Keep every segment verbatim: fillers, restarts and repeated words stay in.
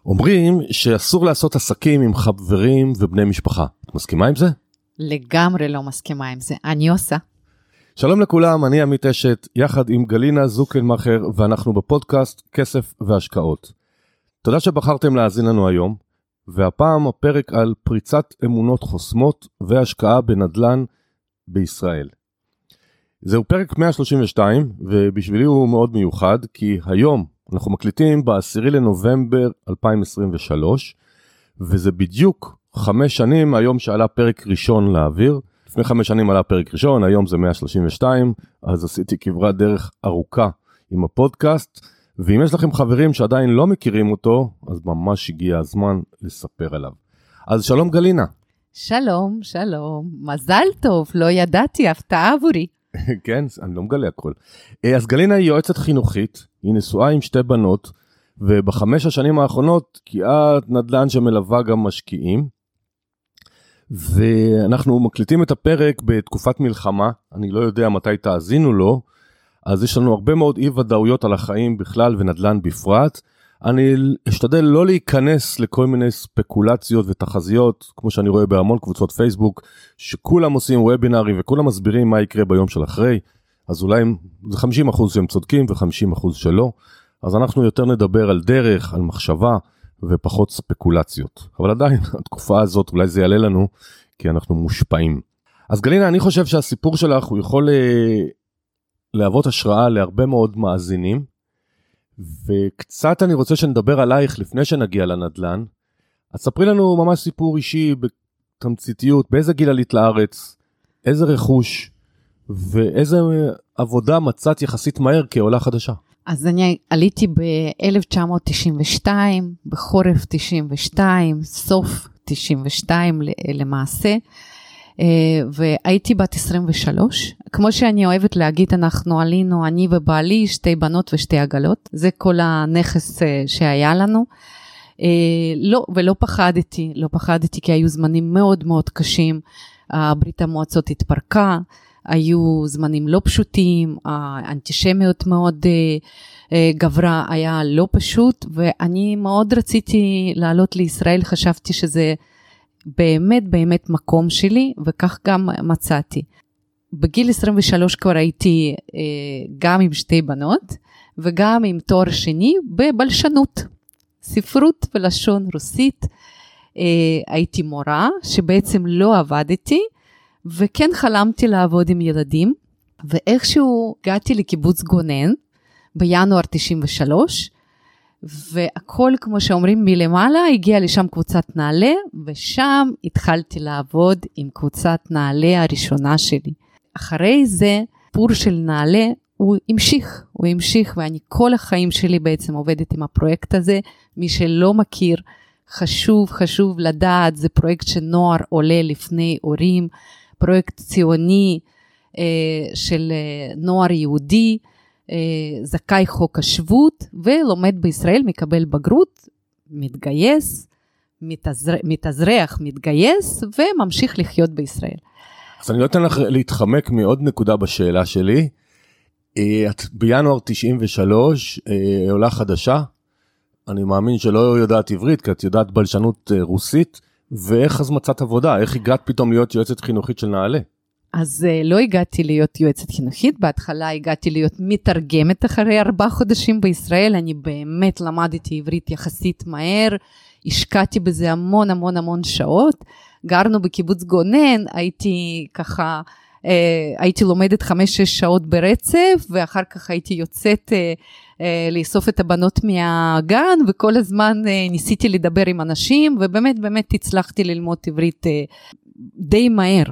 אומרים שאסור לעשות עסקים עם חברים ובני משפחה. את מסכימה עם זה? לגמרי לא מסכימה עם זה. אני עושה. שלום לכולם, אני עמית אשת, יחד עם גלינה זוקנמאכר, ואנחנו בפודקאסט כסף והשקעות. תודה שבחרתם להאזין לנו היום, והפעם הפרק על פריצת אמונות חוסמות והשקעה בנדל"ן בישראל. זהו פרק מאה שלושים ושתיים, ובשבילי הוא מאוד מיוחד, כי היום אנחנו מקליטים ב-עשירי לנובמבר אלפיים עשרים ושלוש, וזה בדיוק חמש שנים היום שעלה פרק ראשון לאוויר. לפני חמש שנים עלה פרק ראשון, היום זה מאה שלושים ושתיים, אז עשיתי כברת דרך ארוכה עם הפודקאסט, ואם יש לכם חברים שעדיין לא מכירים אותו, אז ממש הגיע הזמן לספר עליו. אז שלום גלינה. שלום, שלום, מזל טוב, לא ידעתי, הפתעה עבורי. כן, אני לא מגלה הכל. אז גלינה היא יועצת חינוכית, היא נשואה עם שתי בנות, ובחמש השנים האחרונות קיעת נדל"ן שמלווה גם משקיעים, ואנחנו מקליטים את הפרק בתקופת מלחמה, אני לא יודע מתי תאזינו לו, אז יש לנו הרבה מאוד אי ודאויות על החיים בכלל ונדל"ן בפרט. אני אשתדל לא להיכנס לכל מיני ספקולציות ותחזיות, כמו שאני רואה בהמון קבוצות פייסבוק, שכולם עושים וובינרים וכולם מסבירים מה יקרה ביום של אחרי, אז אולי זה חמישים אחוז שהם צודקים ו-חמישים אחוז שלא, אז אנחנו יותר נדבר על דרך, על מחשבה ופחות ספקולציות. אבל עדיין, התקופה הזאת אולי זה יעלה לנו, כי אנחנו מושפעים. אז גלינה, אני חושב שהסיפור שלך הוא יכול להוות השראה להרבה מאוד מאזינים, וקצת אני רוצה שנדבר עלייך לפני שנגיע לנדל"ן. אז ספרי לנו ממש סיפור אישי בתמציתיות, באיזה גיל עלית לארץ, איזה רכוש, ואיזה עבודה מצאת יחסית מהר כעולה חדשה. אז אני עליתי ב-אלף תשע מאות תשעים ושתיים, בחורף תשעים ושתיים, סוף תשעים ושתיים למעשה, והייתי בת עשרים ושלוש. כמו שאני אוהבת להגיד, אנחנו עלינו, אני ובעלי, שתי בנות ושתי עגלות. זה כל הנכס שהיה לנו. לא, ולא פחדתי, לא פחדתי כי היו זמנים מאוד מאוד קשים. ברית המועצות התפרקה, היו זמנים לא פשוטים, האנטישמיות מאוד גברה, היה לא פשוט, ואני מאוד רציתי לעלות לישראל, חשבתי שזה באמת באמת מקום שלי, וכך גם מצאתי. בגיל עשרים ושלוש כבר הייתי גם עם שתי בנות, וגם עם תואר שני בבלשנות, ספרות ולשון רוסית. הייתי מורה, שבעצם לא עבדתי, וכן חלמתי לעבוד עם ילדים, ואיכשהו הגעתי לקיבוץ גונן, בינואר תשעים ושלוש, והכל כמו שאומרים מלמעלה, הגיעה לשם קבוצת נעלה, ושם התחלתי לעבוד עם קבוצת נעלה הראשונה שלי. אחרי זה, פור של נעלה, הוא המשיך, הוא המשיך, ואני כל החיים שלי בעצם עובדת עם הפרויקט הזה. מי שלא מכיר, חשוב, חשוב לדעת, זה פרויקט שנוער עולה לפני הורים, פרויקט ציוני אה, של אה, נוער יהודי, אה, זכאי חוק השבות, ולומד בישראל, מקבל בגרות, מתגייס, מתאזר, מתאזרח, מתגייס, וממשיך לחיות בישראל. אז אני לא אתן לך להתחמק מעוד נקודה בשאלה שלי. את בינואר תשעים ושלוש, עולה חדשה, אני מאמין שלא יודעת עברית, כי את יודעת בלשנות רוסית, ואיך אז מצאת עבודה? איך הגעת פתאום להיות יועצת חינוכית של נעלה? אז לא הגעתי להיות יועצת חינוכית, בהתחלה הגעתי להיות מתרגמת אחרי ארבעה חודשים בישראל, אני באמת למדתי עברית יחסית מהר, השקעתי בזה המון המון המון שעות, גרנו בקיבוץ גונן, הייתי ככה, הייתי לומדת חמש-שש שעות ברצף, ואחר כך הייתי יוצאת לאסוף את הבנות מהגן, וכל הזמן ניסיתי לדבר עם אנשים, ובאמת באמת הצלחתי ללמוד עברית די מהר.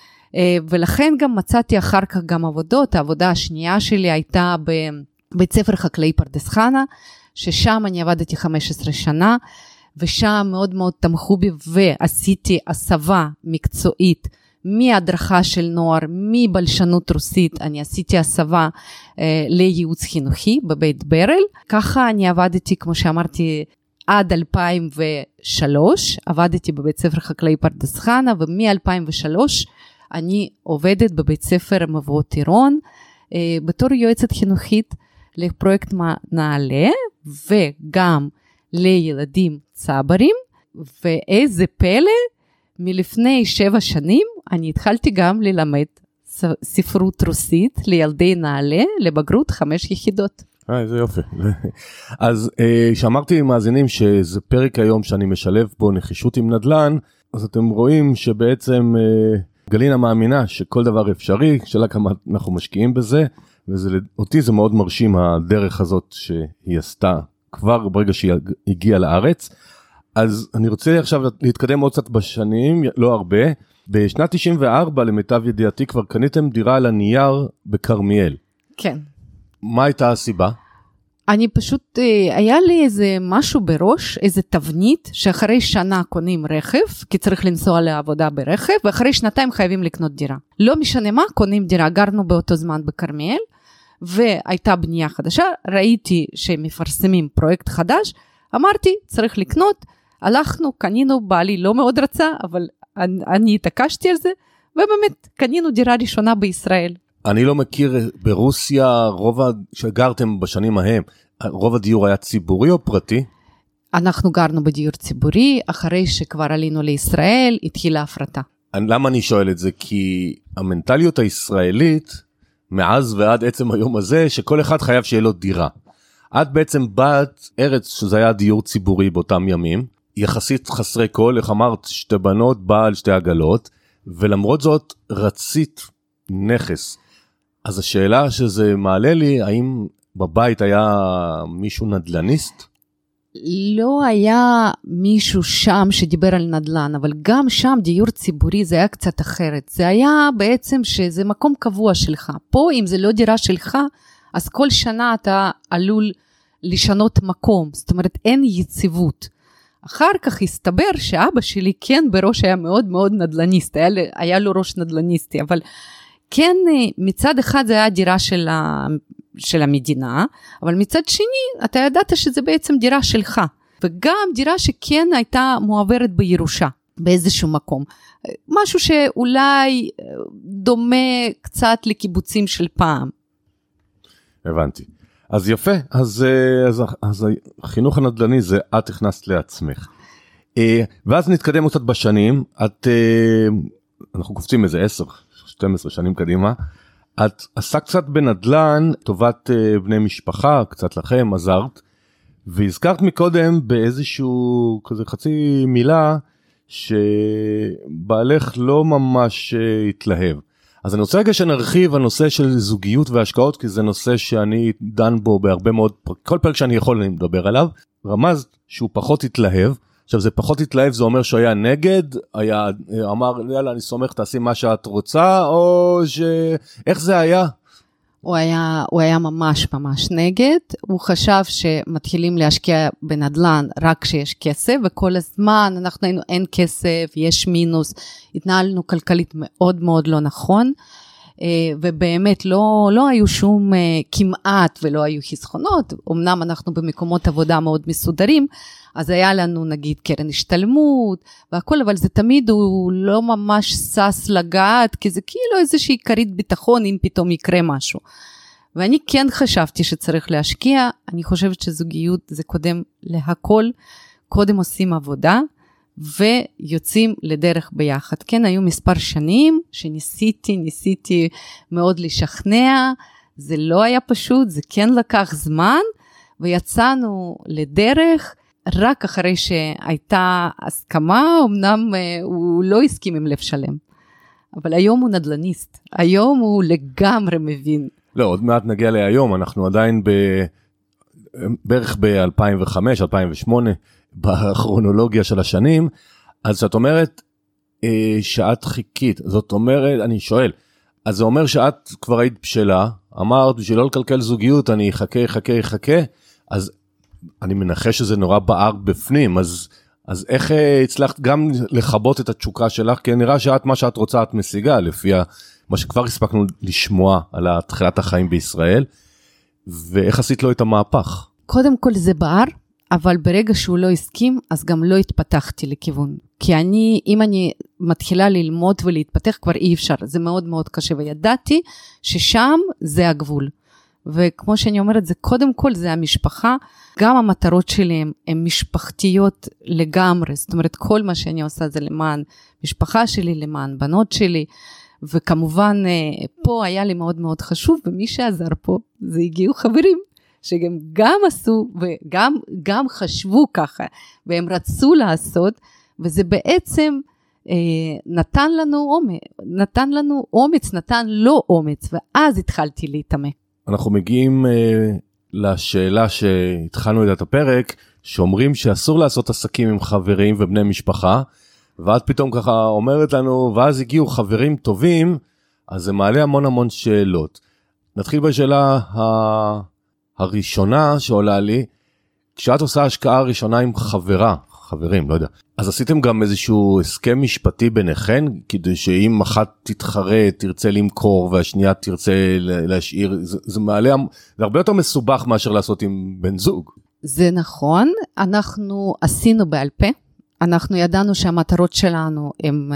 ולכן גם מצאתי אחר כך גם עבודות, העבודה השנייה שלי הייתה בבית ספר חקלאי פרדס חנה, ששם אני עבדתי חמש עשרה שנה, ושם מאוד מאוד תמכו בי, ועשיתי הסבה מקצועית, מהדרכה של נוער, מבלשנות רוסית, אני עשיתי הסבה אה, לייעוץ חינוכי בבית ברל, ככה אני עבדתי, כמו שאמרתי, עד אלפיים ושלוש, עבדתי בבית ספר חקלאי פרדס חנה, ומ-אלפיים ושלוש אני עובדת בבית ספר מבואות עירון, אה, בתור יועצת חינוכית לפרויקט נעלה, וגם לילדים צברים, ואיזה פלא, מלפני שבע שנים אני התחלתי גם ללמד ספרות רוסית לילדי נעלה לבגרות חמש יחידות. אה, איזה יופי. אז שאמרתי מאזינים שזה פרק היום שאני משלב בו נחישות עם נדל"ן, אז אתם רואים שבעצם גלינה מאמינה שכל דבר אפשרי, שאלה כמה אנחנו משקיעים בזה, ואותי זה מאוד מרשים הדרך הזאת שהיא עשתה כבר ברגע שהיא הגיעה לארץ. אז אני רוצה עכשיו להתקדם עוד קצת בשנים, לא הרבה. בשנת תשעים וארבע למיטב ידיעתי כבר קניתם דירה על הנייר בכרמיאל. כן. מה הייתה הסיבה? אני פשוט, היה לי איזה משהו בראש, איזה תבנית, שאחרי שנה קונים רכב, כי צריך לנסוע לעבודה ברכב, ואחרי שנתיים חייבים לקנות דירה. לא משנה מה, קונים דירה, גרנו באותו זמן בכרמיאל, והייתה בנייה חדשה, ראיתי שמפרסמים פרויקט חדש, אמרתי, צריך לקנות, הלכנו, קנינו, בעלי לא מאוד רצה, אבל אני, אני התעקשתי על זה, ובאמת קנינו דירה ראשונה בישראל. אני לא מכיר ברוסיה, רוב שגרתם בשנים ההם, רוב הדיור היה ציבורי או פרטי? אנחנו גרנו בדיור ציבורי, אחרי שכבר עלינו לישראל, התחילה הפרטה. למה אני שואל את זה? כי המנטליות הישראלית, מאז ועד עצם היום הזה, שכל אחד חייב שיהיה לו דירה. את בעצם בת ארץ שזה היה דיור ציבורי באותם ימים, יחסית חסרי כל, איך אמרת, שתי בנות, בעל שתי עגלות, ולמרות זאת רצית נכס. אז השאלה שזה מעלה לי, האם בבית היה מישהו נדלניסט? לא היה מישהו שם שדיבר על נדלן, אבל גם שם דיור ציבורי זה היה קצת אחרת. זה היה בעצם שזה מקום קבוע שלך. פה אם זה לא דירה שלך, אז כל שנה אתה עלול לשנות מקום. זאת אומרת, אין יציבות. אחר כך הסתבר שאבא שלי כן בראש היה מאוד מאוד נדלניסט. היה, היה לו ראש נדלניסטי, אבל כן מצד אחד זה היה דירה של, ה, של המדינה, אבל מצד שני אתה ידעת שזה בעצם דירה שלך. וגם דירה שכן הייתה מועברת בירושה. באיזשהו מקום. משהו שאולי דומה קצת לקיבוצים של פעם. הבנתי. אז יפה, אז, אז, אז החינוך הנדל"ני זה את הכנסת לעצמך. ואז נתקדם קצת בשנים, את, אנחנו קופצים איזה עשר, שתים עשרה שנים קדימה, את עסקת קצת בנדל"ן, טובת בני משפחה, קצת לכם, עזרת, והזכרת מקודם באיזשהו כזה חצי מילה, שבעלך לא ממש התלהב. אז אני רוצה רגע שנרחיב הנושא של זוגיות והשקעות, כי זה נושא שאני דן בו בהרבה מאוד, כל פרק שאני יכול אני מדבר עליו, רמז שהוא פחות התלהב, עכשיו זה פחות התלהב, זה אומר שהוא היה נגד, היה, אמר יאללה אני סומך תעשי מה שאת רוצה, או ש... איך זה היה? הוא היה, הוא היה ממש ממש נגד, הוא חשב שמתחילים להשקיע בנדל"ן רק כשיש כסף, וכל הזמן אנחנו היינו אין כסף, יש מינוס, התנהלנו כלכלית מאוד מאוד לא נכון, ובאמת לא, לא היו שום כמעט ולא היו חסכונות, אמנם אנחנו במקומות עבודה מאוד מסודרים, אז היה לנו נגיד קרן השתלמות והכל, אבל זה תמיד הוא לא ממש סס לגעת, כי זה כאילו איזושהי כרית ביטחון אם פתאום יקרה משהו. ואני כן חשבתי שצריך להשקיע, אני חושבת שזוגיות זה קודם להכל, קודם עושים עבודה ויוצאים לדרך ביחד. כן, היו מספר שנים שניסיתי, ניסיתי מאוד לשכנע, זה לא היה פשוט, זה כן לקח זמן, ויצאנו לדרך, רק אחרי שהייתה הסכמה, אמנם הוא לא הסכים עם לב שלם. אבל היום הוא נדלניסט, היום הוא לגמרי מבין. לא, עוד מעט נגיע להיום, אנחנו עדיין ב... בערך ב-אלפיים וחמש אלפיים ושמונה, בכרונולוגיה של השנים, אז את אומרת שאת חיכית, זאת אומרת, אני שואל, אז זה אומר שאת כבר היית בשלה, אמרת, בשביל לא לקלקל זוגיות, אני אחכה, אחכה, אחכה, אז אני מנחש שזה נורא בער בפנים, אז, אז איך הצלחת גם לחבות את התשוקה שלך, כי נראה שאת מה שאת רוצה את משיגה, לפי מה שכבר הספקנו לשמוע על תחילת החיים בישראל, ואיך עשית לו את המהפך? קודם כל זה בער, אבל ברגע שהוא לא הסכים, אז גם לא התפתחתי לכיוון. כי אני, אם אני מתחילה ללמוד ולהתפתח, כבר אי אפשר. זה מאוד מאוד קשה, וידעתי ששם זה הגבול. וכמו שאני אומרת, זה קודם כל זה המשפחה, גם המטרות שלי הן משפחתיות לגמרי, זאת אומרת, כל מה שאני עושה זה למען משפחה שלי, למען בנות שלי, וכמובן פה היה לי מאוד מאוד חשוב, ומי שעזר פה זה הגיעו חברים, שגם גם עשו וגם גם חשבו ככה, והם רצו לעשות, וזה בעצם אה, נתן לנו אומץ, נתן לנו אומץ, נתן לא אומץ, ואז התחלתי להתעמק. אנחנו מגיעים אה, לשאלה שהתחלנו את הפרק, שאומרים שאסור לעשות עסקים עם חברים ובני משפחה, ואת פתאום ככה אומרת לנו, ואז הגיעו חברים טובים, אז זה מעלה המון המון שאלות. נתחיל בשאלה ה... הראשונה שעולה לי, כשאת עושה השקעה ראשונה עם חברה, חברים, לא יודע, אז עשיתם גם איזשהו הסכם משפטי ביניכן, כדי שאם אחת תתחרה, תרצה למכור, והשנייה תרצה להשאיר, זה, זה מעלה, זה הרבה יותר מסובך מאשר לעשות עם בן זוג. זה נכון, אנחנו עשינו בעל פה, אנחנו ידענו שהמטרות שלנו הן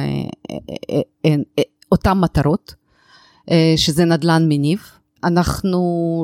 אותן מטרות, שזה נדל"ן מניב, אנחנו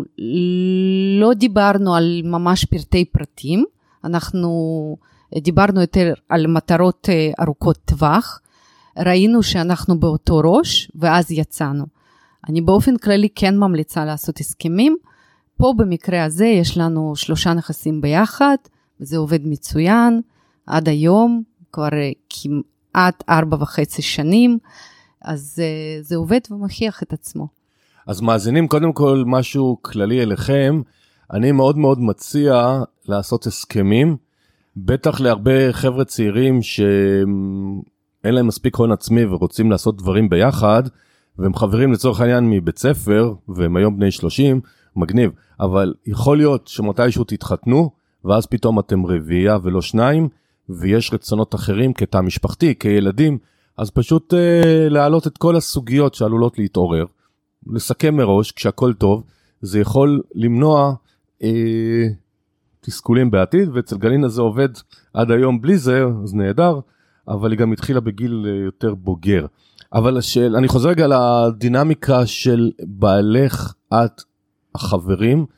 לא דיברנו על ממש פרטי פרטים, אנחנו דיברנו יותר על מטרות ארוכות טווח, ראינו שאנחנו באותו ראש, ואז יצאנו. אני באופן כללי כן ממליצה לעשות הסכמים, פה במקרה הזה יש לנו שלושה נכסים ביחד, וזה עובד מצוין, עד היום, כבר כמעט ארבע וחצי שנים, אז זה עובד ומוכיח את עצמו. אז מאזינים, קודם כל משהו כללי אליכם, אני מאוד מאוד מציע לעשות הסכמים, בטח להרבה חבר'ה צעירים שאין להם מספיק הון עצמי ורוצים לעשות דברים ביחד, והם חברים לצורך העניין מבית ספר, והם היום בני שלושים, מגניב, אבל יכול להיות שמתישהו תתחתנו, ואז פתאום אתם רביעייה ולא שניים, ויש רצונות אחרים כתא משפחתי, כילדים, אז פשוט אה, להעלות את כל הסוגיות שעלולות להתעורר, לסכם מראש, כשהכל טוב, זה יכול למנוע אה, תסכולים בעתיד, ואצל גלינה זה עובד עד היום בלי זה, אז נהדר, אבל היא גם התחילה בגיל אה, יותר בוגר. אבל השאל, אני חוזר רגע לדינמיקה של בעלך, את, החברים,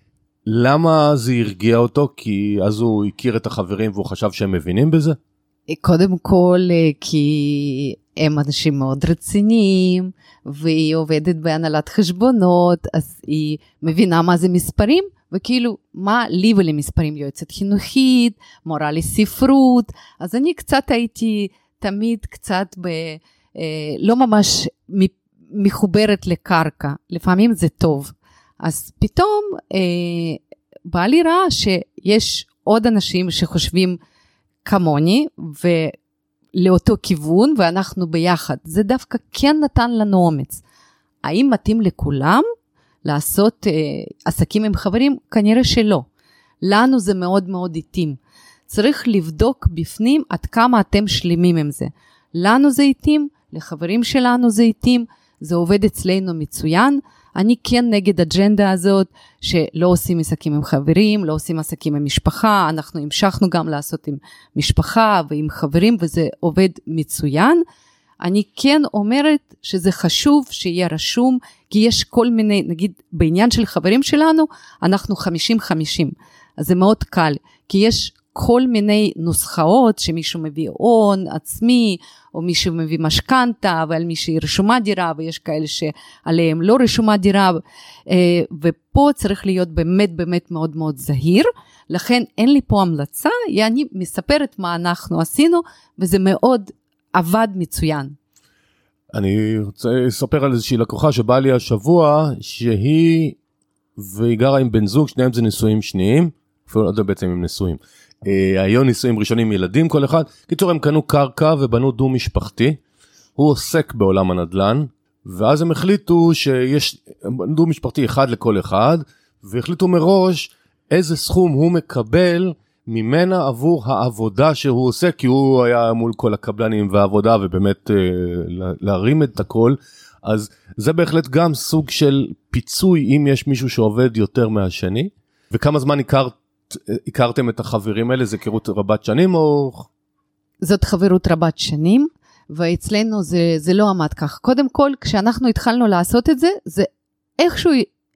למה זה הרגיע אותו? כי אז הוא הכיר את החברים והוא חשב שהם מבינים בזה? קודם כל, כי הם אנשים מאוד רציניים, והיא עובדת בהנהלת חשבונות, אז היא מבינה מה זה מספרים, וכאילו, מה לי ולמספרים? יועצת חינוכית, מורה לספרות, אז אני קצת הייתי תמיד קצת ב, אה, לא ממש מחוברת לקרקע, לפעמים זה טוב. אז פתאום אה, בא לי רע שיש עוד אנשים שחושבים כמוני, ולאותו כיוון, ואנחנו ביחד. זה דווקא כן נתן לנו אומץ. האם מתאים לכולם לעשות אה, עסקים עם חברים? כנראה שלא. לנו זה מאוד מאוד איטים. צריך לבדוק בפנים עד כמה אתם שלמים עם זה. לנו זה איטים, לחברים שלנו זה איטים, זה עובד אצלנו מצוין. אני כן נגד אג'נדה הזאת, שלא עושים עסקים עם חברים, לא עושים עסקים עם משפחה, אנחנו המשכנו גם לעשות עם משפחה ועם חברים, וזה עובד מצוין. אני כן אומרת שזה חשוב שיהיה רשום, כי יש כל מיני, נגיד בעניין של חברים שלנו, אנחנו חמישים חמישים, אז זה מאוד קל, כי יש כל מיני נוסחאות, שמישהו מביא הון עצמי, או מישהו מביא משכנתה, ועל מי שהיא רשומה דירה, ויש כאלה שעליהם לא רשומה דירה, ופה צריך להיות באמת באמת מאוד מאוד זהיר, לכן אין לי פה המלצה, אני מספרת מה אנחנו עשינו, וזה מאוד עבד מצוין. אני רוצה לספר על איזושהי לקוחה שבאה לי השבוע, שהיא והיא גרה עם בן זוג, שניהם זה נישואים שניים, אפילו לא יודע בעצם עם נישואים, היו נישואים ראשונים ילדים כל אחד, קיצור הם קנו קרקע ובנו דו משפחתי, הוא עוסק בעולם הנדל"ן, ואז הם החליטו שיש דו משפחתי אחד לכל אחד, והחליטו מראש איזה סכום הוא מקבל ממנה עבור העבודה שהוא עושה, כי הוא היה מול כל הקבלנים והעבודה, ובאמת להרים את הכל, אז זה בהחלט גם סוג של פיצוי, אם יש מישהו שעובד יותר מהשני, וכמה זמן הכרת, הכרתם את החברים האלה, זה היכרות רבת שנים או? זאת חברות רבת שנים, ואצלנו זה, זה לא עמד כך. קודם כל, כשאנחנו התחלנו לעשות את זה, זה איכשהו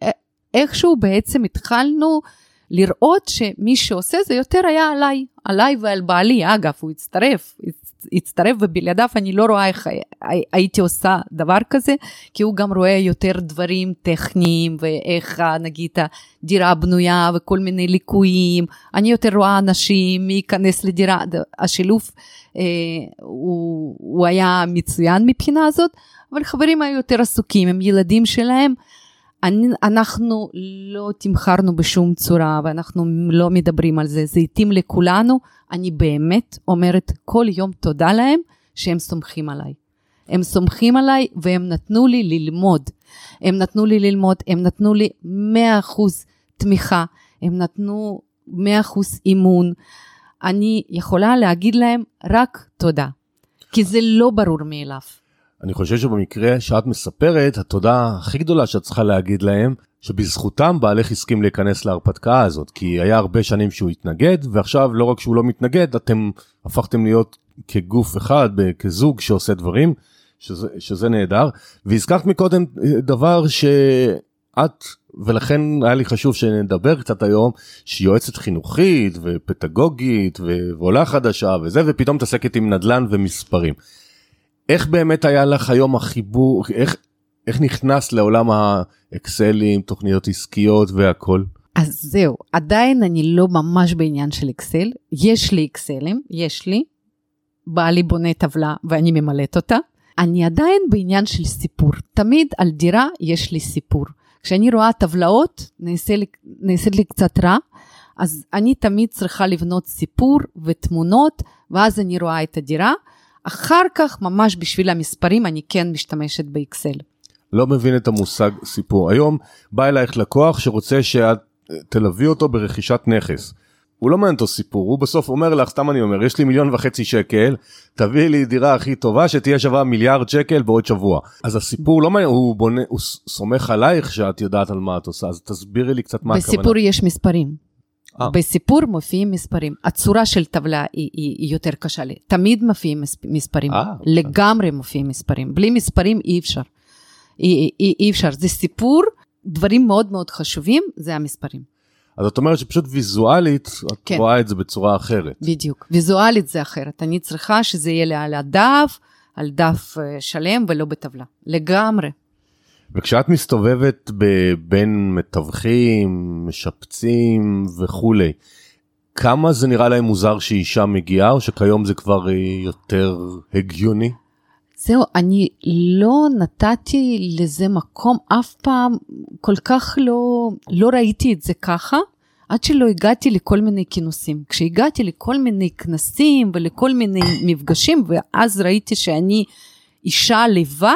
איכשהו בעצם התחלנו לראות שמי שעושה זה יותר היה עליי, עליי ועל בעלי, אגב, הוא הצטרף, הצטרף ובלעדיו אני לא רואה איך הייתי עושה דבר כזה, כי הוא גם רואה יותר דברים טכניים, ואיך נגיד הדירה בנויה וכל מיני ליקויים, אני יותר רואה אנשים, מי ייכנס לדירה, השילוב אה, הוא, הוא היה מצוין מבחינה הזאת, אבל חברים היו יותר עסוקים, הם ילדים שלהם, אני, אנחנו לא תמחרנו בשום צורה, ואנחנו לא מדברים על זה, זה התאים לכולנו, אני באמת אומרת כל יום תודה להם, שהם סומכים עליי. הם סומכים עליי, והם נתנו לי ללמוד. הם נתנו לי ללמוד, הם נתנו לי מאה אחוז תמיכה, הם נתנו מאה אחוז אימון. אני יכולה להגיד להם רק תודה, כי זה לא ברור מאליו. אני חושב שבמקרה שאת מספרת, התודה הכי גדולה שאת צריכה להגיד להם, שבזכותם בעלך הסכים להיכנס להרפתקה הזאת, כי היה הרבה שנים שהוא התנגד, ועכשיו לא רק שהוא לא מתנגד, אתם הפכתם להיות כגוף אחד, כזוג שעושה דברים, שזה, שזה נהדר, והזכרת מקודם דבר שאת, ולכן היה לי חשוב שנדבר קצת היום, שהיא יועצת חינוכית ופדגוגית ועולה חדשה וזה, ופתאום תעסקת עם נדל"ן ומספרים. איך באמת היה לך היום החיבור, איך, איך נכנס לעולם האקסלים, תוכניות עסקיות והכל? אז זהו, עדיין אני לא ממש בעניין של אקסל, יש לי אקסלים, יש לי, בעלי בונה טבלה ואני ממלאת אותה, אני עדיין בעניין של סיפור, תמיד על דירה יש לי סיפור, כשאני רואה טבלאות, נעשה לי, נעשה לי קצת רע, אז אני תמיד צריכה לבנות סיפור ותמונות, ואז אני רואה את הדירה, אחר כך, ממש בשביל המספרים, אני כן משתמשת באקסל. לא מבין את המושג סיפור. היום בא אלייך לקוח שרוצה שאת תלווי אותו ברכישת נכס. הוא לא מעניין אותו סיפור, הוא בסוף אומר לך, סתם אני אומר, יש לי מיליון וחצי שקל, תביא לי דירה הכי טובה שתהיה שווה מיליארד שקל בעוד שבוע. אז הסיפור לא מעניין, הוא, בונה, הוא סומך עלייך שאת יודעת על מה את עושה, אז תסבירי לי קצת מה הכוונה. בסיפור יש מספרים. בסיפור מופיעים מספרים, הצורה של טבלה היא, היא, היא יותר קשה לי, תמיד מופיעים מספרים, לגמרי מופיעים מספרים, בלי מספרים אי אפשר, אי, אי, אי אפשר, זה סיפור, דברים מאוד מאוד חשובים, זה המספרים. אז את אומרת שפשוט ויזואלית, את כן. רואה את זה בצורה אחרת. בדיוק, ויזואלית זה אחרת, אני צריכה שזה יהיה על הדף, על דף שלם ולא בטבלה, לגמרי. וכשאת מסתובבת בין מתווכים, משפצים וכולי, כמה זה נראה להם מוזר שאישה מגיעה, או שכיום זה כבר יותר הגיוני? זהו, אני לא נתתי לזה מקום אף פעם, כל כך לא, לא ראיתי את זה ככה, עד שלא הגעתי לכל מיני כינוסים. כשהגעתי לכל מיני כנסים ולכל מיני מפגשים, ואז ראיתי שאני אישה לבד,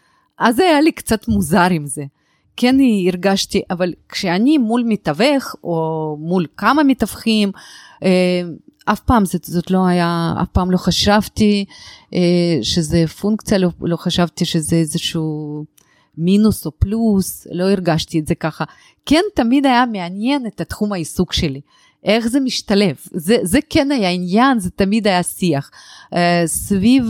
אז היה לי קצת מוזר עם זה. כן הרגשתי, אבל כשאני מול מתווך, או מול כמה מתווכים, אף פעם זאת, זאת לא היה, אף פעם לא חשבתי שזה פונקציה, לא, לא חשבתי שזה איזשהו מינוס או פלוס, לא הרגשתי את זה ככה. כן, תמיד היה מעניין את התחום העיסוק שלי. איך זה משתלב? זה, זה כן היה עניין, זה תמיד היה שיח. סביב,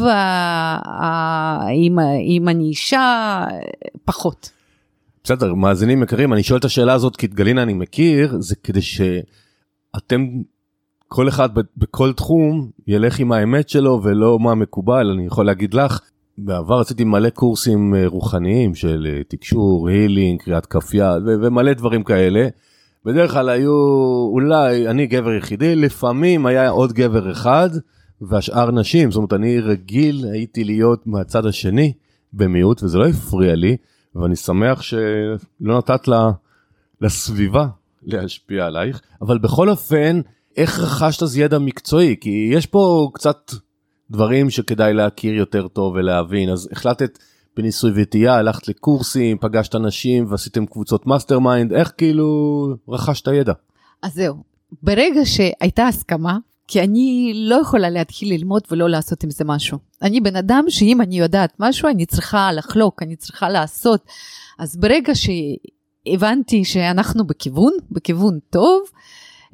אם, אם אני אישה, פחות. בסדר, מאזינים יקרים, אני שואל את השאלה הזאת, כי את גלינה אני מכיר, זה כדי שאתם, כל אחד בכל תחום, ילך עם האמת שלו, ולא מה מקובל. אני יכול להגיד לך, בעבר עשיתי מלא קורסים רוחניים, של תקשור, הילינג, קריאת כף יד, ומלא דברים כאלה, בדרך כלל היו, אולי, אני גבר יחידי, לפעמים היה עוד גבר אחד, והשאר נשים, זאת אומרת, אני רגיל הייתי להיות מהצד השני, במיעוט, וזה לא הפריע לי, ואני שמח שלא נתת לה, לסביבה להשפיע עלייך, אבל בכל אופן, איך רכשת אז ידע מקצועי? כי יש פה קצת דברים שכדאי להכיר יותר טוב ולהבין, אז החלטת בניסוי וטעייה, הלכת לקורסים, פגשת אנשים ועשיתם קבוצות מאסטר מיינד, איך כאילו רכשת ידע? אז זהו, ברגע שהייתה הסכמה, כי אני לא יכולה להתחיל ללמוד ולא לעשות עם זה משהו. אני בן אדם שאם אני יודעת משהו, אני צריכה לחלוק, אני צריכה לעשות. אז ברגע שהבנתי שאנחנו בכיוון, בכיוון טוב,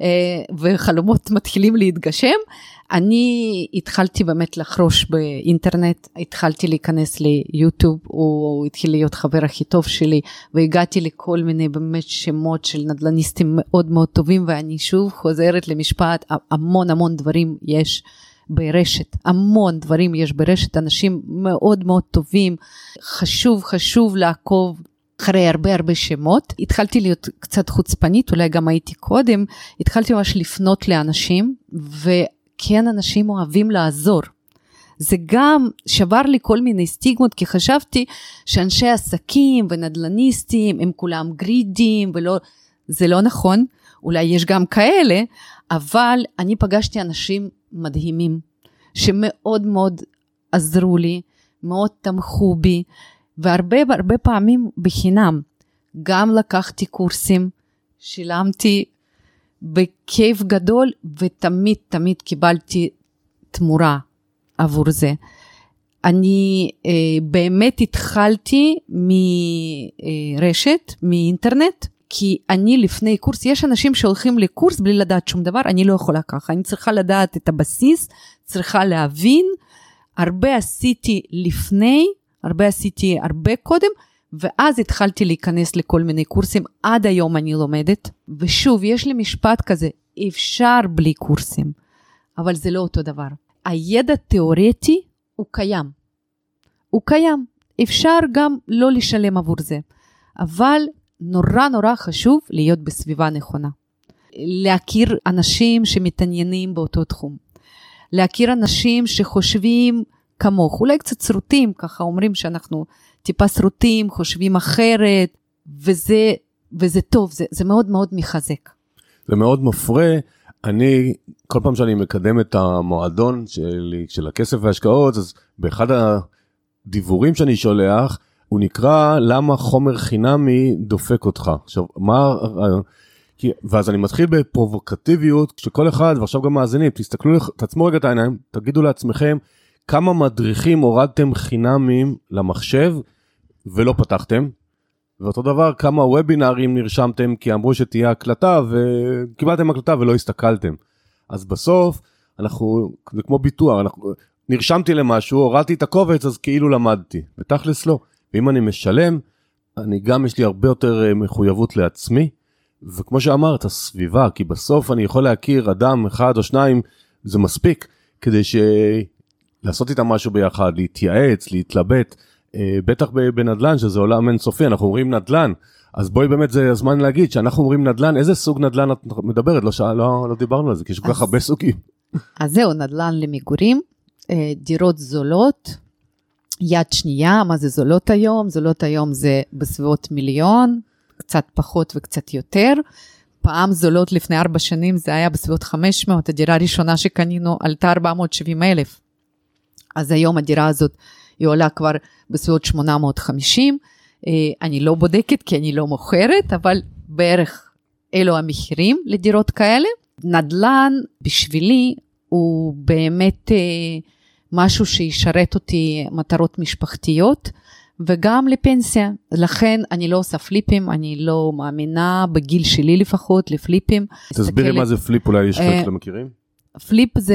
וחלומות מתחילים להתגשם. אני התחלתי באמת לחרוש באינטרנט, התחלתי להיכנס ליוטיוב, הוא התחיל להיות חבר הכי טוב שלי, והגעתי לכל מיני באמת שמות של נדלניסטים מאוד מאוד טובים, ואני שוב חוזרת למשפט, המון המון דברים יש ברשת, המון דברים יש ברשת, אנשים מאוד מאוד טובים, חשוב חשוב לעקוב, אחרי הרבה הרבה שמות, התחלתי להיות קצת חוצפנית, אולי גם הייתי קודם, התחלתי ממש לפנות לאנשים, וכן אנשים אוהבים לעזור. זה גם שבר לי כל מיני סטיגמות, כי חשבתי שאנשי עסקים ונדלניסטים, הם כולם גרידים, ולא, זה לא נכון, אולי יש גם כאלה, אבל אני פגשתי אנשים מדהימים, שמאוד מאוד עזרו לי, מאוד תמכו בי, והרבה הרבה פעמים בחינם, גם לקחתי קורסים, שילמתי בכיף גדול, ותמיד תמיד קיבלתי תמורה עבור זה. אני אה, באמת התחלתי מרשת, מאינטרנט, כי אני לפני קורס, יש אנשים שהולכים לקורס בלי לדעת שום דבר, אני לא יכולה ככה, אני צריכה לדעת את הבסיס, צריכה להבין, הרבה עשיתי לפני, הרבה עשיתי הרבה קודם, ואז התחלתי להיכנס לכל מיני קורסים, עד היום אני לומדת, ושוב, יש לי משפט כזה, אפשר בלי קורסים, אבל זה לא אותו דבר. הידע תיאורטי הוא קיים, הוא קיים, אפשר גם לא לשלם עבור זה, אבל נורא נורא חשוב להיות בסביבה נכונה, להכיר אנשים שמתעניינים באותו תחום, להכיר אנשים שחושבים כמוך, אולי קצת סרוטים, ככה אומרים שאנחנו טיפה סרוטים, חושבים אחרת, וזה, וזה טוב, זה, זה מאוד מאוד מחזק. זה מאוד מפרה, אני, כל פעם שאני מקדם את המועדון שלי, של הכסף וההשקעות, אז באחד הדיבורים שאני שולח, הוא נקרא למה חומר חינמי דופק אותך. עכשיו, מה, כי, ואז אני מתחיל בפרובוקטיביות, שכל אחד, ועכשיו גם מאזינים, תסתכלו, תעצמו רגע את העיניים, תגידו לעצמכם, כמה מדריכים הורדתם חינמים למחשב ולא פתחתם, ואותו דבר כמה וובינרים נרשמתם כי אמרו שתהיה הקלטה וקיבלתם הקלטה ולא הסתכלתם. אז בסוף אנחנו, זה כמו ביטוח, אנחנו, נרשמתי למשהו, הורדתי את הקובץ אז כאילו למדתי, ותכלס לא. ואם אני משלם, אני גם יש לי הרבה יותר מחויבות לעצמי, וכמו שאמרת, הסביבה, כי בסוף אני יכול להכיר אדם אחד או שניים, זה מספיק, כדי ש... לעשות איתם משהו ביחד, להתייעץ, להתלבט, בטח בנדלן, שזה עולם אינסופי, אנחנו אומרים נדלן, אז בואי באמת זה הזמן להגיד, שאנחנו אומרים נדלן, איזה סוג נדלן את מדברת? לא, לא, לא דיברנו על זה, כי יש כל כך הרבה סוגים. אז זהו, נדלן למגורים, דירות זולות, יד שנייה, מה זה זולות היום? זולות היום זה בסביבות מיליון, קצת פחות וקצת יותר, פעם זולות לפני ארבע שנים, זה היה בסביבות חמש מאות, הדירה הראשונה שקנינו עלתה ארבע מאות שבעים אלף, אז היום הדירה הזאת היא עולה כבר בסביבות שמונה מאות וחמישים, אני לא בודקת כי אני לא מוכרת, אבל בערך אלו המחירים לדירות כאלה. נדל"ן בשבילי הוא באמת משהו שישרת אותי מטרות משפחתיות, וגם לפנסיה, לכן אני לא עושה פליפים, אני לא מאמינה בגיל שלי לפחות לפליפים. תסבירי מה זה פליפ, אולי יש חלק לא מכירים? פליפ זה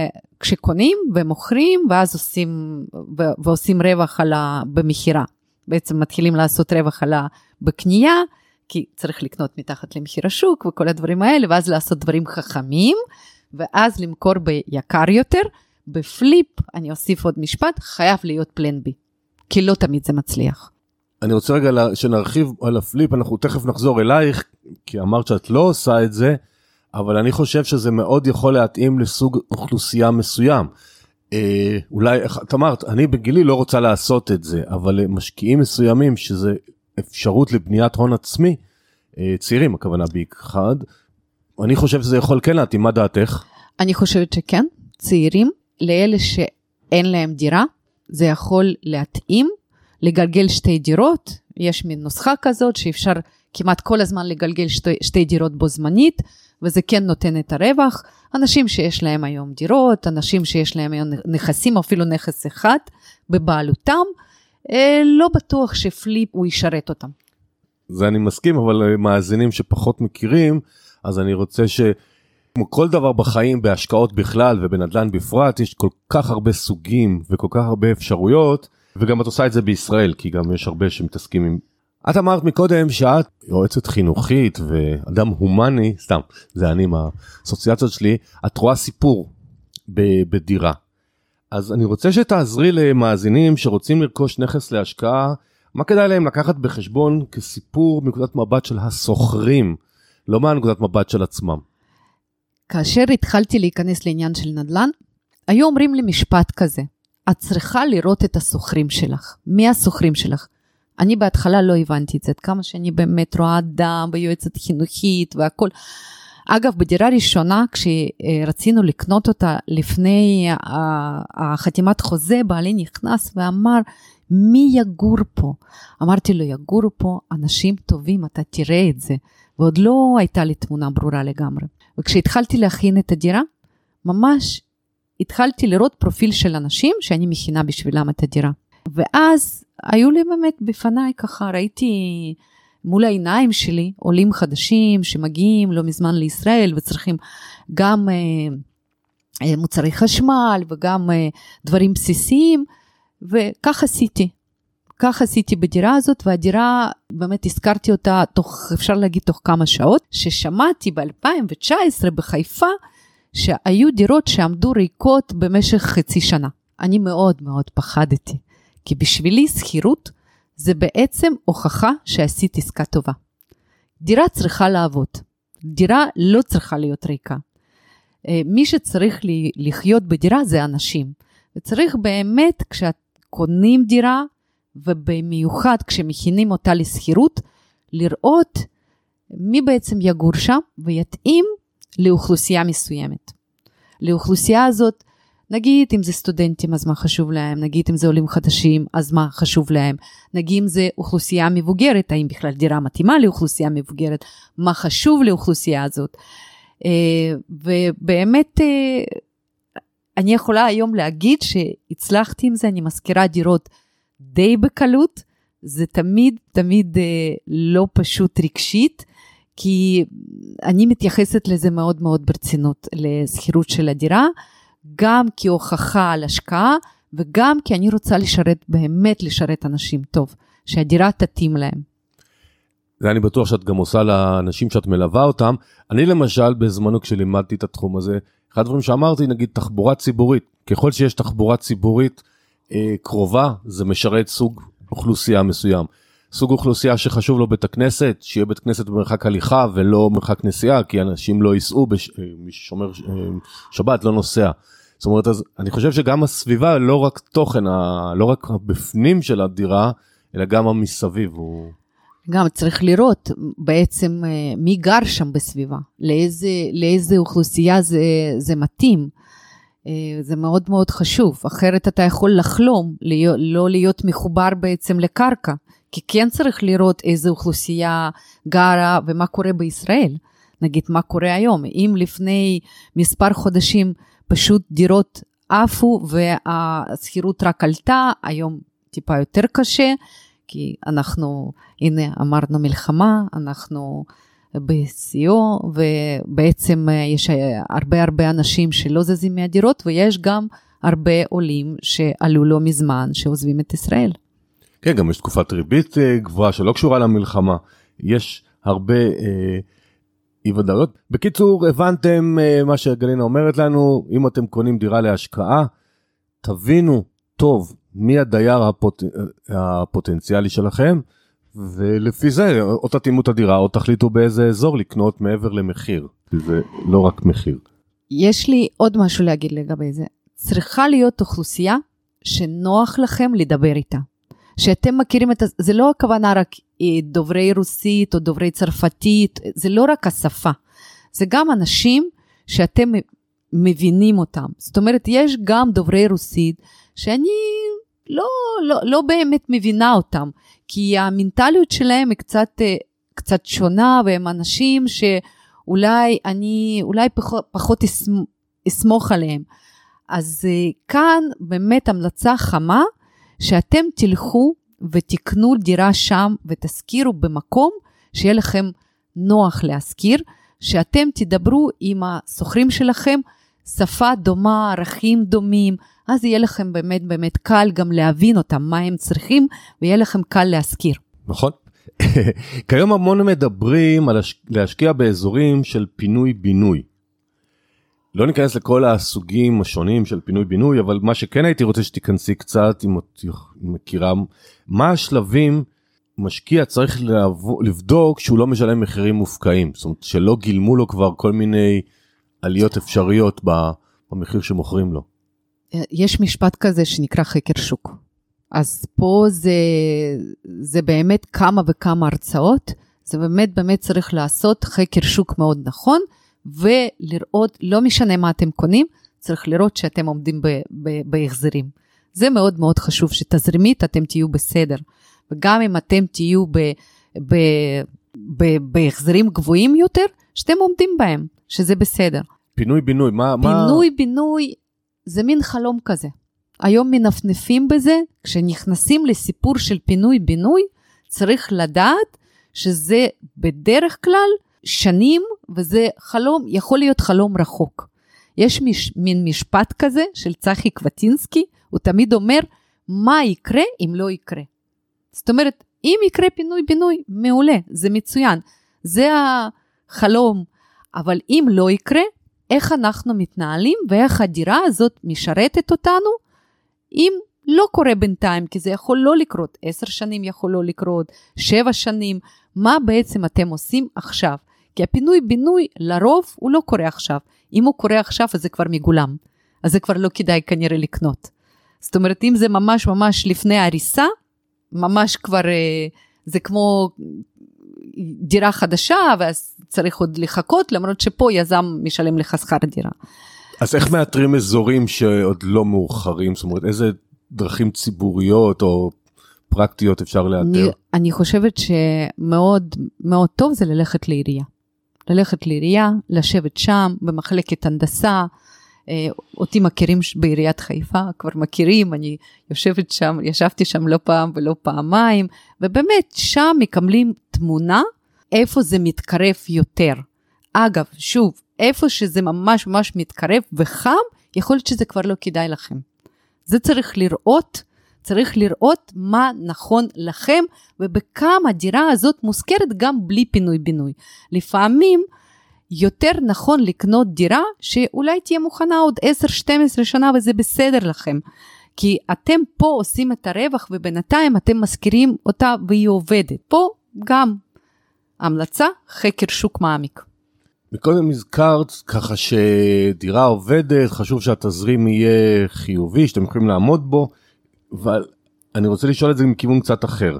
כשקונים ומוכרים, ואז עושים, ועושים רווח על ה, במחירה. בעצם מתחילים לעשות רווח על ה, בקנייה, כי צריך לקנות מתחת למחיר השוק, וכל הדברים האלה, ואז לעשות דברים חכמים, ואז למכור ביקר יותר. בפליפ, אני אוסיף עוד משפט, חייב להיות פלן בי, כי לא תמיד זה מצליח. אני רוצה רגע שנרחיב על הפליפ, אנחנו תכף נחזור אלייך, כי אמרת שאת לא עושה את זה, אבל אני חושב שזה מאוד יכול להתאים לסוג אוכלוסייה מסוים. אה, אולי, את אמרת, אני בגילי לא רוצה לעשות את זה, אבל משקיעים מסוימים שזה אפשרות לבניית הון עצמי, אה, צעירים, הכוונה באחד, אני חושב שזה יכול כן להתאים, מה דעתך? אני חושבת שכן, צעירים, לאלה שאין להם דירה, זה יכול להתאים, לגלגל שתי דירות, יש מין נוסחה כזאת שאפשר כמעט כל הזמן לגלגל שתי, שתי דירות בו זמנית, וזה כן נותן את הרווח. אנשים שיש להם היום דירות, אנשים שיש להם היום נכסים, אפילו נכס אחד בבעלותם, לא בטוח שפליפ הוא ישרת אותם. זה אני מסכים, אבל מאזינים שפחות מכירים, אז אני רוצה ש... כמו כל דבר בחיים, בהשקעות בכלל ובנדל"ן בפרט, יש כל כך הרבה סוגים וכל כך הרבה אפשרויות, וגם את עושה את זה בישראל, כי גם יש הרבה שמתעסקים עם... את אמרת מקודם שאת יועצת חינוכית ואדם הומני, סתם, זה אני מהאסוציאציות שלי, את רואה סיפור בדירה. אז אני רוצה שתעזרי למאזינים שרוצים לרכוש נכס להשקעה, מה כדאי להם לקחת בחשבון כסיפור מנקודת מבט של הסוחרים, לא מהנקודת מבט של עצמם. כאשר התחלתי להיכנס לעניין של נדל"ן, היו אומרים לי משפט כזה, את צריכה לראות את הסוחרים שלך. מי הסוחרים שלך? אני בהתחלה לא הבנתי את זה, כמה שאני באמת רואה אדם ויועצת חינוכית והכל. אגב, בדירה ראשונה, כשרצינו לקנות אותה לפני החתימת חוזה, בעלי נכנס ואמר, מי יגור פה? אמרתי לו, יגורו פה אנשים טובים, אתה תראה את זה. ועוד לא הייתה לי תמונה ברורה לגמרי. וכשהתחלתי להכין את הדירה, ממש התחלתי לראות פרופיל של אנשים שאני מכינה בשבילם את הדירה. ואז היו לי באמת בפניי ככה, ראיתי מול העיניים שלי עולים חדשים שמגיעים לא מזמן לישראל וצריכים גם אה, מוצרי חשמל וגם אה, דברים בסיסיים, וכך עשיתי. כך עשיתי בדירה הזאת, והדירה, באמת הזכרתי אותה תוך, אפשר להגיד תוך כמה שעות, ששמעתי ב-אלפיים תשע עשרה בחיפה, שהיו דירות שעמדו ריקות במשך חצי שנה. אני מאוד מאוד פחדתי, כי בשבילי שכירות, זה בעצם הוכחה שעשית עסקה טובה. דירה צריכה לעבוד, דירה לא צריכה להיות ריקה. מי שצריך לחיות בדירה זה אנשים, וצריך באמת כשאת קונים דירה, ובמיוחד כשמכינים אותה לסחירות, לראות מי בעצם יגור שם, ויתאים לאוכלוסייה מסוימת. לאוכלוסייה הזאת, נגיד אם זה סטודנטים, אז מה חשוב להם? נגיד אם זה עולים חדשים, אז מה חשוב להם? נגיד אם זה אוכלוסייה מבוגרת, האם בכלל דירה מתאימה לאוכלוסייה מבוגרת? מה חשוב לאוכלוסייה הזאת? ובאמת, אני יכולה היום להגיד שהצלחתי עם זה, אני מזכירה דירות די בקלות, זה תמיד, תמיד לא פשוט רגשית, כי אני מתייחסת לזה מאוד מאוד ברצינות, לסחירות של הדירה, גם כהוכחה על השקעה, וגם כי אני רוצה לשרת, באמת לשרת אנשים טוב, שהדירה תתאים להם. זה אני בטוח שאת גם עושה לאנשים שאת מלווה אותם. אני למשל, בזמנו כשלימדתי את התחום הזה, אחד הדברים שאמרתי, נגיד תחבורה ציבורית, ככל שיש תחבורה ציבורית אה, קרובה, זה משרת סוג אוכלוסייה מסוים. סוג אוכלוסייה שחשוב לו בית הכנסת, שיהיה בית כנסת במרחק הליכה ולא מרחק נסיעה, כי אנשים לא ייסעו, בש... מי ששומר שבת לא נוסע. זאת אומרת, אז אני חושב שגם הסביבה, לא רק תוכן, ה... לא רק בפנים של הדירה, אלא גם המסביב. הוא... גם צריך לראות בעצם מי גר שם בסביבה, לאיזה, לאיזה אוכלוסייה זה, זה מתאים. זה מאוד מאוד חשוב, אחרת אתה יכול לחלום, לא להיות מחובר בעצם לקרקע, כי כן צריך לראות איזה אוכלוסייה גרה ומה קורה בישראל. נגיד מה קורה היום, אם לפני מספר חודשים פשוט דירות עפו והסחירות רק עלתה, היום טיפה יותר קשה, כי אנחנו, הנה אמרנו מלחמה, אנחנו בסיוע, ובעצם יש הרבה הרבה אנשים שלא זזים מהדירות, ויש גם הרבה עולים שעלו לא מזמן, שעוזבים את ישראל. כן, גם יש תקופת ריבית גבוהה שלא קשורה למלחמה, יש הרבה אה, אי ודאויות. בקיצור, הבנתם אה, מה שגלינה אומרת לנו, אם אתם קונים דירה להשקעה, תבינו טוב מי הדייר הפוט... הפוטנציאלי שלכם, ולפי זה או תתאימו את הדירה, או תחליטו באיזה אזור לקנות מעבר למחיר, זה לא רק מחיר. יש לי עוד משהו להגיד לגבי זה, צריכה להיות אוכלוסייה שנוח לכם לדבר איתה. שאתם מכירים את, זה לא הכוונה רק דוברי רוסית או דוברי צרפתית, זה לא רק השפה, זה גם אנשים שאתם מבינים אותם. זאת אומרת, יש גם דוברי רוסית שאני לא, לא, לא באמת מבינה אותם, כי המנטליות שלהם היא קצת, קצת שונה, והם אנשים שאולי אני, אולי פחות, פחות אסמוך עליהם. אז כאן באמת המלצה חמה, שאתם תלכו ותקנו דירה שם ותזכירו במקום שיהיה לכם נוח להזכיר, שאתם תדברו עם הסוחרים שלכם, שפה דומה, ערכים דומים, אז יהיה לכם באמת באמת קל גם להבין אותם, מה הם צריכים, ויהיה לכם קל להזכיר. נכון. כיום המון מדברים על להשקיע באזורים של פינוי-בינוי. לא ניכנס לכל הסוגים השונים של פינוי-בינוי, אבל מה שכן הייתי רוצה שתיכנסי קצת, אם את מכירה, מה השלבים משקיע צריך לבדוק שהוא לא משלם מחירים מופקעים, זאת אומרת שלא גילמו לו כבר כל מיני עליות אפשריות במחיר שמוכרים לו. יש משפט כזה שנקרא חקר שוק. אז פה זה, זה באמת כמה וכמה הרצאות, זה באמת באמת צריך לעשות חקר שוק מאוד נכון, ולראות, לא משנה מה אתם קונים, צריך לראות שאתם עומדים ב, ב, בהחזרים. זה מאוד מאוד חשוב, שתזרימית אתם תהיו בסדר, וגם אם אתם תהיו ב, ב, ב, בהחזרים גבוהים יותר, שאתם עומדים בהם, שזה בסדר. פינוי בינוי, מה? פינוי מה... בינוי, זה מין חלום כזה. היום מנפנפים בזה, כשנכנסים לסיפור של פינוי בינוי, צריך לדעת שזה בדרך כלל שנים, וזה חלום, יכול להיות חלום רחוק. יש מש, מין משפט כזה של צחי קבטינסקי, הוא תמיד אומר, מה יקרה אם לא יקרה? זאת אומרת, אם יקרה פינוי בינוי, מעולה, זה מצוין, זה החלום, אבל אם לא יקרה, איך אנחנו מתנהלים, ואיך הדירה הזאת משרתת אותנו, אם לא קורה בינתיים, כי זה יכול לא לקרות, עשר שנים יכול לא לקרות, שבע שנים, מה בעצם אתם עושים עכשיו? כי הפינוי בינוי לרוב הוא לא קורה עכשיו, אם הוא קורה עכשיו אז זה כבר מגולם, אז זה כבר לא כדאי כנראה לקנות. זאת אומרת, אם זה ממש ממש לפני הריסה, ממש כבר זה כמו דירה חדשה, ואז צריך עוד לחכות, למרות שפה יזם משלם לך שכר דירה. אז איך מאתרים אזורים שעוד לא מאוחרים? זאת אומרת, איזה דרכים ציבוריות או פרקטיות אפשר לאתר? אני, אני חושבת שמאוד מאוד טוב זה ללכת לעירייה. ללכת לעירייה, לשבת שם, במחלקת הנדסה, אותי מכירים בעיריית חיפה, כבר מכירים, אני יושבת שם, ישבתי שם לא פעם ולא פעמיים, ובאמת שם מקבלים תמונה, איפה זה מתקרב יותר. אגב, שוב, איפה שזה ממש ממש מתקרב וחם, יכול להיות שזה כבר לא כדאי לכם. זה צריך לראות, צריך לראות מה נכון לכם, ובכמה הדירה הזאת מוזכרת גם בלי פינוי בינוי. לפעמים, יותר נכון לקנות דירה שאולי תהיה מוכנה עוד עשר שתים עשרה שנה וזה בסדר לכם. כי אתם פה עושים את הרווח ובינתיים אתם מזכירים אותה והיא עובדת. פה גם המלצה, חקר שוק מעמיק. מקודם הזכרת ככה שדירה עובדת, חשוב שהתזרים יהיה חיובי, שאתם יכולים לעמוד בו, אבל אני רוצה לשאול את זה מכיוון קצת אחר.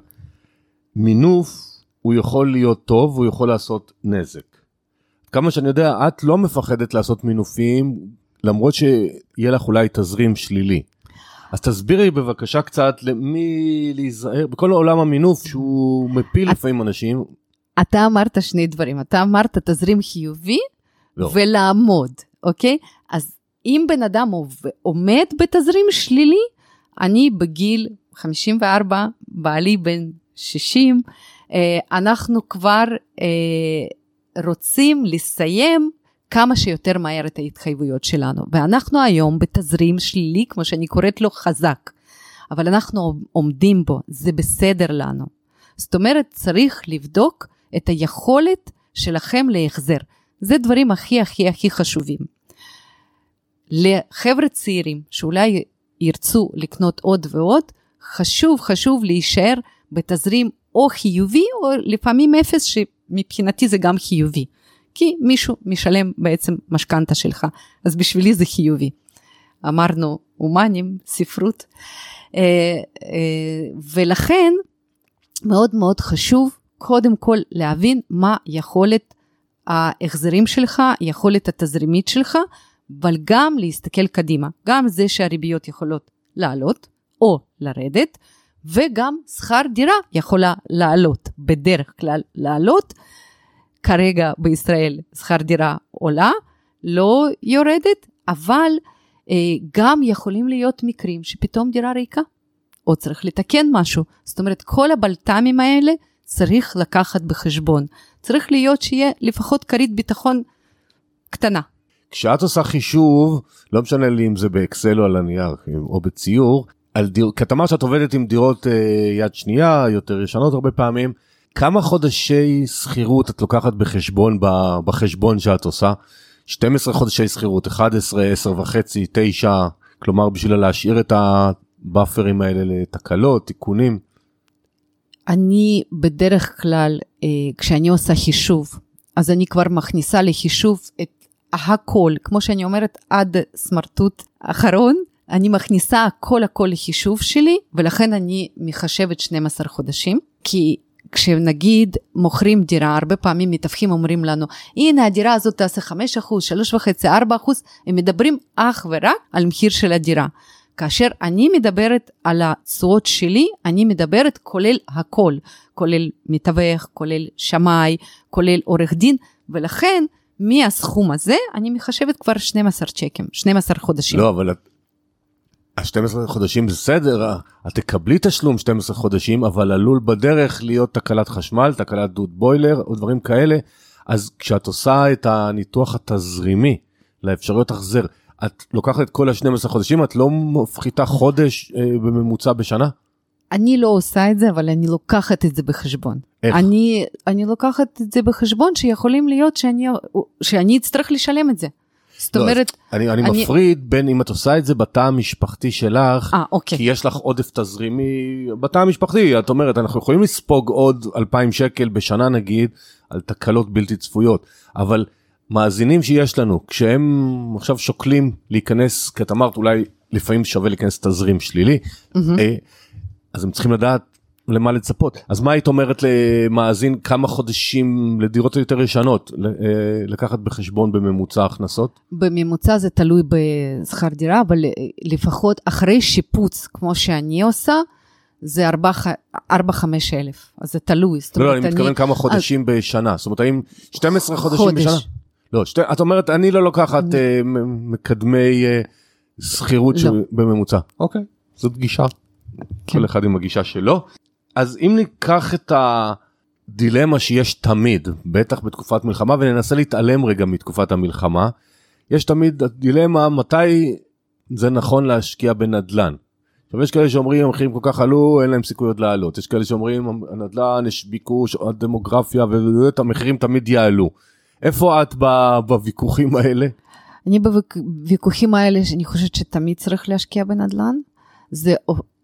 מינוף הוא יכול להיות טוב, הוא יכול לעשות נזק. כמה שאני יודע, את לא מפחדת לעשות מינופים, למרות שיהיה לך אולי תזרים שלילי. אז תסבירי בבקשה קצת למי להיזהר, בכל העולם המינוף שהוא מפיל לפעמים אנשים. אתה אמרת שני דברים, אתה אמרת תזרים חיובי לא. ולעמוד, אוקיי? אז אם בן אדם עומד בתזרים שלילי, אני בגיל חמישים וארבע, בעלי בן שישים, אנחנו כבר רוצים לסיים כמה שיותר מהר את ההתחייבויות שלנו. ואנחנו היום בתזרים שלילי, כמו שאני קוראת לו חזק, אבל אנחנו עומדים בו, זה בסדר לנו. זאת אומרת, צריך לבדוק את היכולת שלכם להחזר. זה דברים הכי הכי הכי חשובים. לחבר'ה צעירים שאולי ירצו לקנות עוד ועוד, חשוב חשוב להישאר בתזרים או חיובי או לפעמים אפס, שמבחינתי זה גם חיובי. כי מישהו משלם בעצם משכנתה שלך, אז בשבילי זה חיובי. אמרנו אומנים, ספרות, ולכן מאוד מאוד חשוב קודם כל להבין מה יכולת ההחזרים שלך, יכולת התזרימית שלך, אבל גם להסתכל קדימה. גם זה שהריביות יכולות לעלות או לרדת, וגם שכר דירה יכולה לעלות, בדרך כלל לעלות. כרגע בישראל שכר דירה עולה, לא יורדת, אבל אה, גם יכולים להיות מקרים שפתאום דירה ריקה, או צריך לתקן משהו. זאת אומרת, כל הבלת"מים האלה צריך לקחת בחשבון. צריך להיות שיהיה לפחות כרית ביטחון קטנה. כשאת עושה חישוב, לא משנה לי אם זה באקסל או על הנייר, או בציור, על דיר, כי את אמרת שאת עובדת עם דירות אה, יד שנייה, יותר ישנות הרבה פעמים, כמה חודשי שכירות את לוקחת בחשבון, בחשבון שאת עושה? שנים עשר חודשי שכירות, אחת עשרה, עשר וחצי, תשע, כלומר בשביל להשאיר את הבאפרים האלה לתקלות, תיקונים? אני בדרך כלל, אה, כשאני עושה חישוב, אז אני כבר מכניסה לחישוב את הכל, כמו שאני אומרת, עד סמרטוט אחרון, אני מכניסה הכל הכל לחישוב שלי, ולכן אני מחשבת שנים עשר חודשים, כי כשנגיד מוכרים דירה, הרבה פעמים מתווכים אומרים לנו, הנה הדירה הזאת תעשה חמישה אחוז, שלוש וחצי, ארבע אחוז, הם מדברים אך ורק על מחיר של הדירה. כאשר אני מדברת על התשואות שלי, אני מדברת כולל הכל, כולל מתווך, כולל שמאי, כולל עורך דין, ולכן מהסכום הזה אני מחשבת כבר שנים עשר צ'קים, שנים עשר חודשים. לא, אבל ה-שנים עשר חודשים זה סדר, את תקבלי תשלום שנים עשר חודשים, אבל עלול בדרך להיות תקלת חשמל, תקלת דוד בוילר, או דברים כאלה, אז כשאת עושה את הניתוח התזרימי, לאפשרויות החזר, את לוקחת את כל ה-שנים עשר חודשים, את לא מפחיתה חודש אה, בממוצע בשנה? אני לא עושה את זה, אבל אני לוקחת את זה בחשבון. איך? אני, אני לוקחת את זה בחשבון, שיכולים להיות שאני, שאני אצטרך לשלם את זה. זאת אומרת... לא, אני, אני, אני מפריד בין אם את עושה את זה בתא המשפחתי שלך, 아, אוקיי. כי יש לך עודף תזרימי בתא המשפחתי, את אומרת, אנחנו יכולים לספוג עוד אלפיים שקל בשנה נגיד, על תקלות בלתי צפויות, אבל מאזינים שיש לנו, כשהם עכשיו שוקלים להיכנס, כי את אמרת אולי לפעמים שווה להיכנס תזרים שלילי, mm-hmm. אז הם צריכים לדעת למה לצפות. אז מה היית אומרת למאזין כמה חודשים לדירות יותר ישנות, לקחת בחשבון בממוצע הכנסות? בממוצע זה תלוי בשכר דירה, אבל לפחות אחרי שיפוץ, כמו שאני עושה, זה ארבע חמש אלף, אז זה תלוי. לא, לא, אני מתכוון כמה חודשים בשנה, זאת אומרת, האם שנים עשר חודשים בשנה? לא, את אומרת, אני לא לוקחת מקדמי שכירות בממוצע. אוקיי, זאת גישה. כל אחד עם הגישה שלו. אז אם ניקח את הדילמה שיש תמיד, בטח בתקופת מלחמה, וננסה להתעלם רגע מתקופת המלחמה, יש תמיד הדילמה מתי זה נכון להשקיע בנדלן. עכשיו יש כאלה שאומרים, המחירים כל כך עלו, אין להם סיכויות לעלות. יש כאלה שאומרים, הנדלן, יש ביקוש, הדמוגרפיה, ואת המחירים תמיד יעלו. איפה את בוויכוחים האלה? אני בוויכוחים האלה, אני חושבת שתמיד צריך להשקיע בנדלן. זה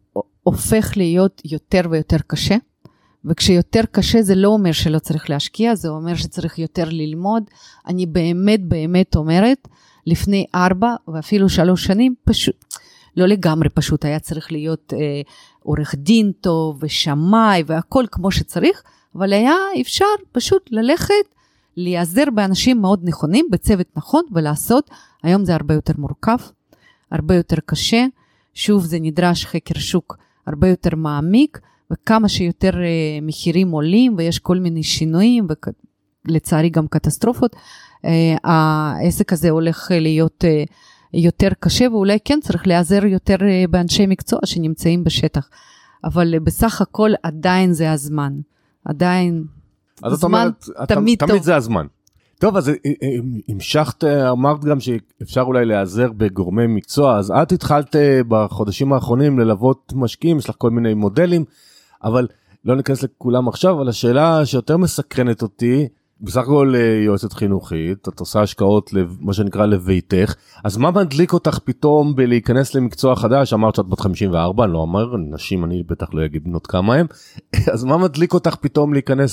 הופך להיות יותר ויותר קשה, וכשיותר קשה זה לא אומר שלא צריך להשקיע, זה אומר שצריך יותר ללמוד. אני באמת באמת אומרת, לפני ארבע ואפילו שלוש שנים, פשוט, לא לגמרי פשוט, היה צריך להיות אה, עורך דין טוב ושמאי והכל כמו שצריך, אבל היה אפשר פשוט ללכת, להיעזר באנשים מאוד נכונים, בצוות נכון ולעשות. היום זה הרבה יותר מורכב, הרבה יותר קשה, שוב זה נדרש חקר שוק הרבה יותר מעמיק, וכמה שיותר uh, מחירים עולים, ויש כל מיני שינויים, ולצערי גם קטסטרופות, uh, העסק הזה הולך להיות uh, יותר קשה, ואולי כן צריך להיעזר יותר uh, באנשי מקצוע שנמצאים בשטח, אבל uh, בסך הכל עדיין זה הזמן, עדיין אז זמן אומרת, תמיד אתה, טוב. תמיד זה הזמן. טוב, אז המשכת, אמרת גם שאפשר אולי להיעזר בגורמי מקצוע, אז את התחלת בחודשים האחרונים ללוות משקיעים, יש לך כל מיני מודלים, אבל לא ניכנס לכולם עכשיו, אבל השאלה שיותר מסקרנת אותי, בסך הכל יועצת חינוכית, את עושה השקעות, מה שנקרא לביתך, אז מה מדליק אותך פתאום בלהיכנס למקצוע חדש? אמרת שאת בת חמישים וארבע, אני לא אומר, נשים, אני בטח לא אגיד בנות כמה הם, אז מה מדליק אותך פתאום להיכנס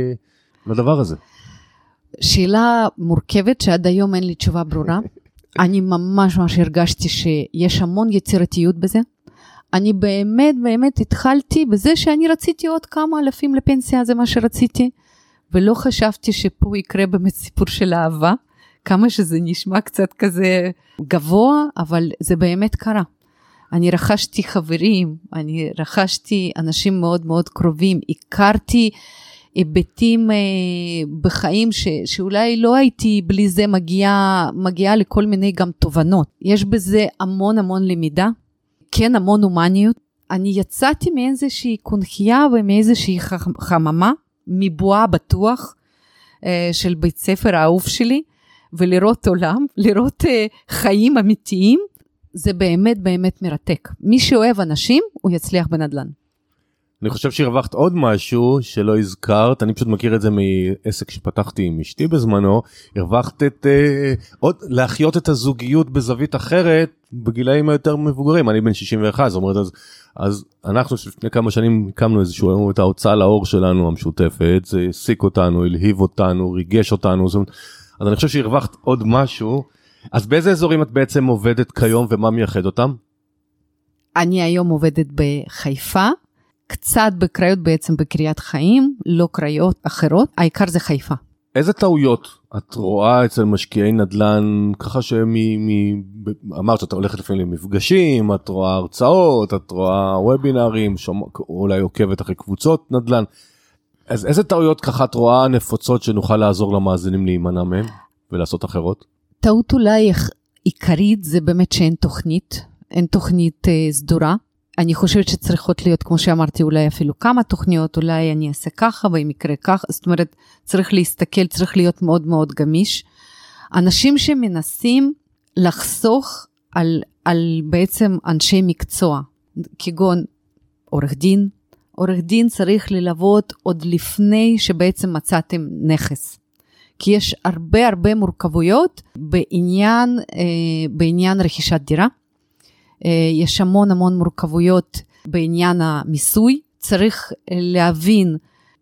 לדבר הזה? שאלה מורכבת שעד היום אין לי תשובה ברורה. אני ממש ממש הרגשתי שיש המון יצירתיות בזה. אני באמת באמת התחלתי בזה שאני רציתי עוד כמה אלפים לפנסיה, זה מה שרציתי, ולא חשבתי שפה יקרה באמת סיפור של אהבה, כמה שזה נשמע קצת כזה גבוה, אבל זה באמת קרה. אני רכשתי חברים, אני רכשתי אנשים מאוד מאוד קרובים, הכרתי היבטים אה, בחיים ש, שאולי לא הייתי בלי זה מגיעה, מגיעה לכל מיני גם תובנות. יש בזה המון המון למידה, כן המון הומניות, אני יצאתי מאיזושהי קונחייה ומאיזושהי חממה, מבועה בטוח של בית ספר האהוב שלי, ולראות עולם, לראות חיים אמיתיים, זה באמת באמת מרתק. מי שאוהב אנשים, הוא יצליח בנדל"ן. אני חושב שהרווחת עוד משהו שלא הזכרת, אני פשוט מכיר את זה מעסק שפתחתי עם אשתי בזמנו, הרווחת את, אה, עוד, להחיות את הזוגיות בזווית אחרת, בגילאים היותר מבוגרים, אני בן שישים ואחת, זאת אומרת, אז, אז אנחנו לפני כמה שנים הקמנו איזשהו, את ההוצאה לאור שלנו המשותפת, זה העסיק אותנו, הלהיב אותנו, ריגש אותנו, זאת אומרת, אז אני חושב שהרווחת עוד משהו, אז באיזה אזורים את בעצם עובדת כיום ומה מייחד אותם? אני היום עובדת בחיפה, קצת בקריות בעצם בקריית חיים, לא קריות אחרות, העיקר זה חיפה. איזה טעויות את רואה אצל משקיעי נדל"ן, ככה שאמרת שאתה הולכת לפעמים למפגשים, את רואה הרצאות, את רואה וובינרים, אולי עוקבת אחרי קבוצות נדל"ן, אז איזה טעויות ככה את רואה נפוצות שנוכל לעזור למאזינים להימנע מהם ולעשות אחרות? טעות אולי עיקרית זה באמת שאין תוכנית, אין תוכנית אה, סדורה. אני חושבת שצריכות להיות, כמו שאמרתי, אולי אפילו כמה תוכניות, אולי אני אעשה ככה ואם יקרה ככה, זאת אומרת, צריך להסתכל, צריך להיות מאוד מאוד גמיש. אנשים שמנסים לחסוך על, על בעצם אנשי מקצוע, כגון עורך דין, עורך דין צריך ללוות עוד לפני שבעצם מצאתם נכס. כי יש הרבה הרבה מורכבויות בעניין, אה, בעניין רכישת דירה. אה, יש המון המון מורכבויות בעניין המיסוי. צריך להבין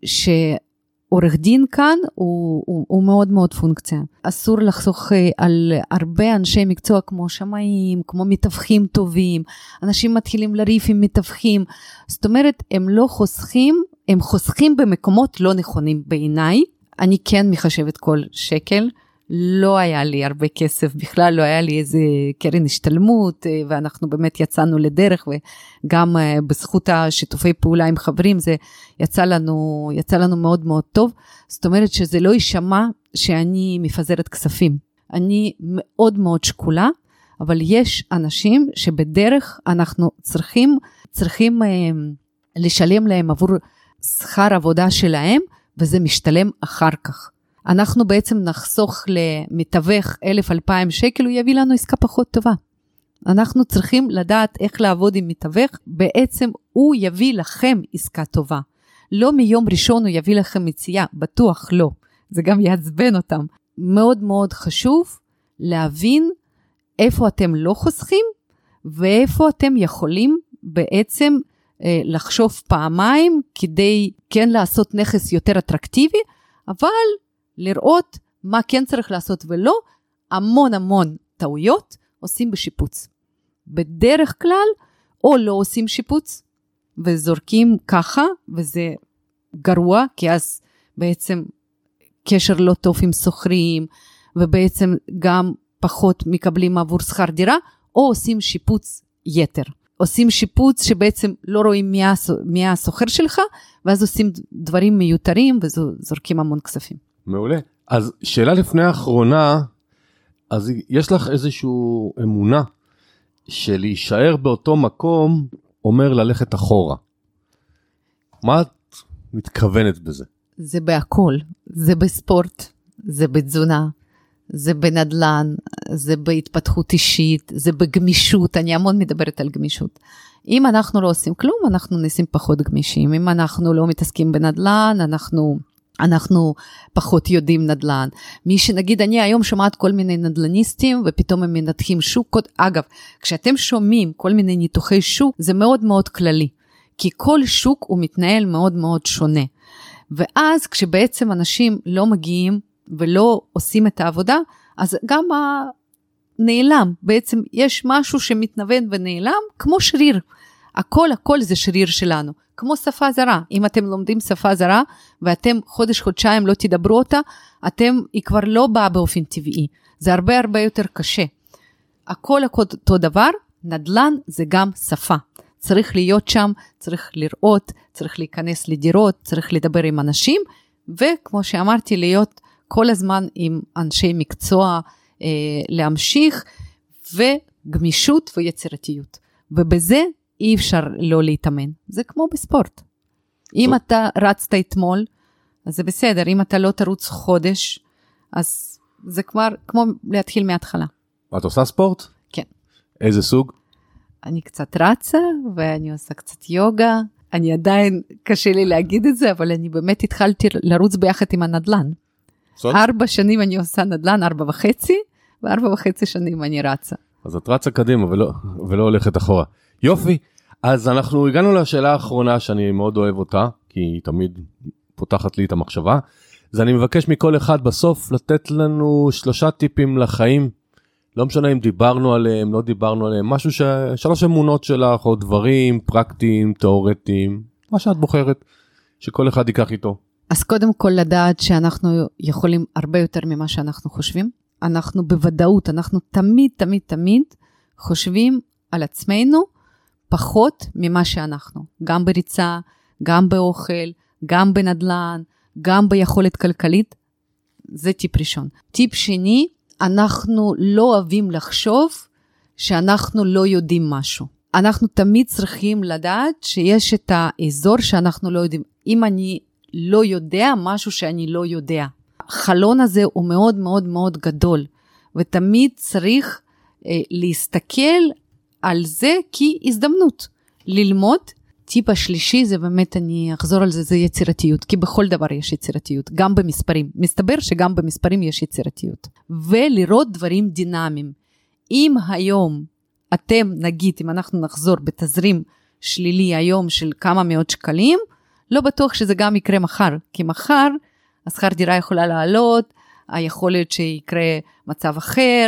שעורך דין כאן הוא, הוא, הוא מאוד מאוד פונקציה. אסור לחסוך על הרבה אנשי מקצוע כמו שמאים, כמו מתווכים טובים. אנשים מתחילים לריב עם מתווכים. זאת אומרת, הם לא חוסכים, הם חוסכים במקומות לא נכונים בעיניי. אני כן מחשבת כל שקל, לא היה לי הרבה כסף, בכלל לא היה לי איזה קרן השתלמות, ואנחנו באמת יצאנו לדרך, וגם בזכות השיתופי פעולה עם חברים, זה יצא לנו, יצא לנו מאוד מאוד טוב, זאת אומרת שזה לא יישמע שאני מפזרת כספים, אני מאוד מאוד שקולה, אבל יש אנשים שבדרך אנחנו צריכים, צריכים לשלם להם עבור שכר עבודה שלהם, וזה משתלם אחר כך. אנחנו בעצם נחסוך למתווך אלף אלפיים שקל, הוא יביא לנו עסקה פחות טובה. אנחנו צריכים לדעת איך לעבוד עם מתווך, בעצם הוא יביא לכם עסקה טובה. לא מיום ראשון הוא יביא לכם מציאה, בטוח לא. זה גם יעצבן אותם. מאוד מאוד חשוב להבין איפה אתם לא חוסכים, ואיפה אתם יכולים בעצם לחשוב פעמיים, כדי כן לעשות נכס יותר אטרקטיבי, אבל לראות מה כן צריך לעשות ולא, המון המון טעויות עושים בשיפוץ. בדרך כלל, או לא עושים שיפוץ, וזורקים ככה, וזה גרוע, כי אז בעצם קשר לא טוב עם סוחרים, ובעצם גם פחות מקבלים עבור שכר דירה, או עושים שיפוץ יתר. עושים שיפוץ שבעצם לא רואים מי, מי הסוחר שלך, ואז עושים דברים מיותרים, וזורקים המון כספים. מעולה. אז שאלה לפני האחרונה, אז יש לך איזושהי אמונה, שלהישאר באותו מקום, אומר ללכת אחורה. מה את מתכוונת בזה? זה בהכל. זה בספורט, זה בתזונה, זה בנדלן, זה בהתפתחות אישית, זה בגמישות, אני המון מדברת על גמישות. אם אנחנו לא עושים כלום, אנחנו נשים פחות גמישים. אם אנחנו לא מתעסקים בנדלן, אנחנו, אנחנו פחות יודעים נדלן. מי שנגיד, אני היום שומעת כל מיני נדלניסטים, ופתאום הם מנתחים שוק. אגב, כשאתם שומעים כל מיני ניתוחי שוק, זה מאוד מאוד כללי. כי כל שוק הוא מתנהל מאוד מאוד שונה. ואז כשבעצם אנשים לא מגיעים, ולא עושים את העבודה, אז גם הנעלם, בעצם יש משהו שמתנוון ונעלם, כמו שריר. הכל, הכל זה שריר שלנו, כמו שפה זרה. אם אתם לומדים שפה זרה, ואתם חודש, חודשיים לא תדברו אותה, אתם, היא כבר לא באה באופן טבעי. זה הרבה הרבה יותר קשה. הכל, הכל אותו דבר, נדל"ן זה גם שפה. צריך להיות שם, צריך לראות, צריך להיכנס לדירות, צריך לדבר עם אנשים, וכמו שאמרתי, להיות כל הזמן עם אנשי מקצוע אה, להמשיך, וגמישות ויצירתיות. ובזה אי אפשר לא להתאמן. זה כמו בספורט. אם אתה רצת אתמול, אז זה בסדר. אם אתה לא תרוץ חודש, אז זה כבר כמו להתחיל מההתחלה. את עושה ספורט? כן. איזה סוג? אני קצת רצה, ואני עושה קצת יוגה. אני עדיין, קשה לי להגיד את זה, אבל אני באמת התחלתי לרוץ ביחד עם הנדלן. סוד? ארבע שנים אני עושה נדלן, ארבע וחצי, וארבע וחצי שנים אני רצה. אז את רצה קדימה ולא, ולא הולכת אחורה. יופי. אז אנחנו הגענו לשאלה האחרונה שאני מאוד אוהב אותה, כי היא תמיד פותחת לי את המחשבה. אז אני מבקש מכל אחד בסוף לתת לנו שלושה טיפים לחיים. לא משנה אם דיברנו עליהם, לא דיברנו עליהם, משהו ש... שלוש אמונות שלך, או דברים פרקטיים, תיאורטיים, מה שאת בוחרת, שכל אחד ייקח איתו. אז קודם כל לדעת שאנחנו יכולים הרבה יותר ממה שאנחנו חושבים. אנחנו בוודאות, אנחנו תמיד, תמיד, תמיד חושבים על עצמנו פחות ממה שאנחנו. גם בריצה, גם באוכל, גם בנדלן, גם ביכולת כלכלית. זה טיפ ראשון. טיפ שני, אנחנו לא אוהבים לחשוב שאנחנו לא יודעים משהו. אנחנו תמיד צריכים לדעת שיש את האזור שאנחנו לא יודעים. אם אני לא יודע משהו שאני לא יודע. החלון הזה הוא מאוד מאוד מאוד גדול, ותמיד צריך אה, להסתכל על זה כהזדמנות. ללמוד. טיפ השלישי זה באמת, אני אחזור על זה, זה יצירתיות, כי בכל דבר יש יצירתיות, גם במספרים. מסתבר שגם במספרים יש יצירתיות. ולראות דברים דינמיים. אם היום אתם, נגיד, אם אנחנו נחזור בתזרים שלילי היום של כמה מאות שקלים, לא בטוח שזה גם יקרה מחר, כי מחר השכר דירה יכולה לעלות, היכול להיות שיקרה מצב אחר,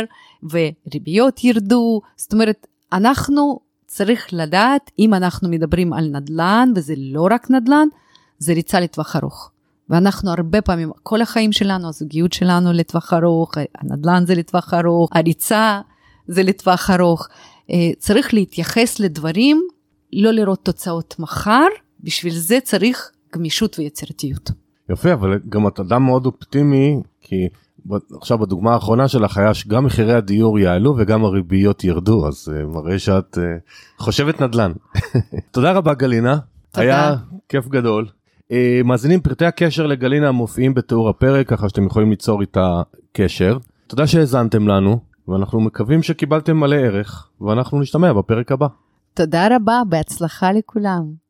וריביות ירדו. זאת אומרת, אנחנו צריך לדעת, אם אנחנו מדברים על נדל"ן, וזה לא רק נדל"ן, זה ריצה לטווח ארוך. ואנחנו הרבה פעמים, כל החיים שלנו, הזוגיות שלנו לטווח ארוך, הנדל"ן זה לטווח ארוך, הריצה זה לטווח ארוך. צריך להתייחס לדברים, לא לראות תוצאות מחר, בשביל זה צריך גמישות ויצירתיות. יפה, אבל גם את אדם מאוד אופטימי, כי עכשיו בדוגמה האחרונה שלך היה שגם מחירי הדיור יעלו וגם הריביות ירדו, אז uh, מראה שאת uh, חושבת נדל"ן. תודה רבה גלינה, תודה. היה כיף גדול. Uh, מאזינים, פרטי הקשר לגלינה מופיעים בתיאור הפרק, ככה שאתם יכולים ליצור איתה קשר. תודה שהזנתם לנו, ואנחנו מקווים שקיבלתם מלא ערך, ואנחנו נשתמע בפרק הבא. תודה רבה, בהצלחה לכולם.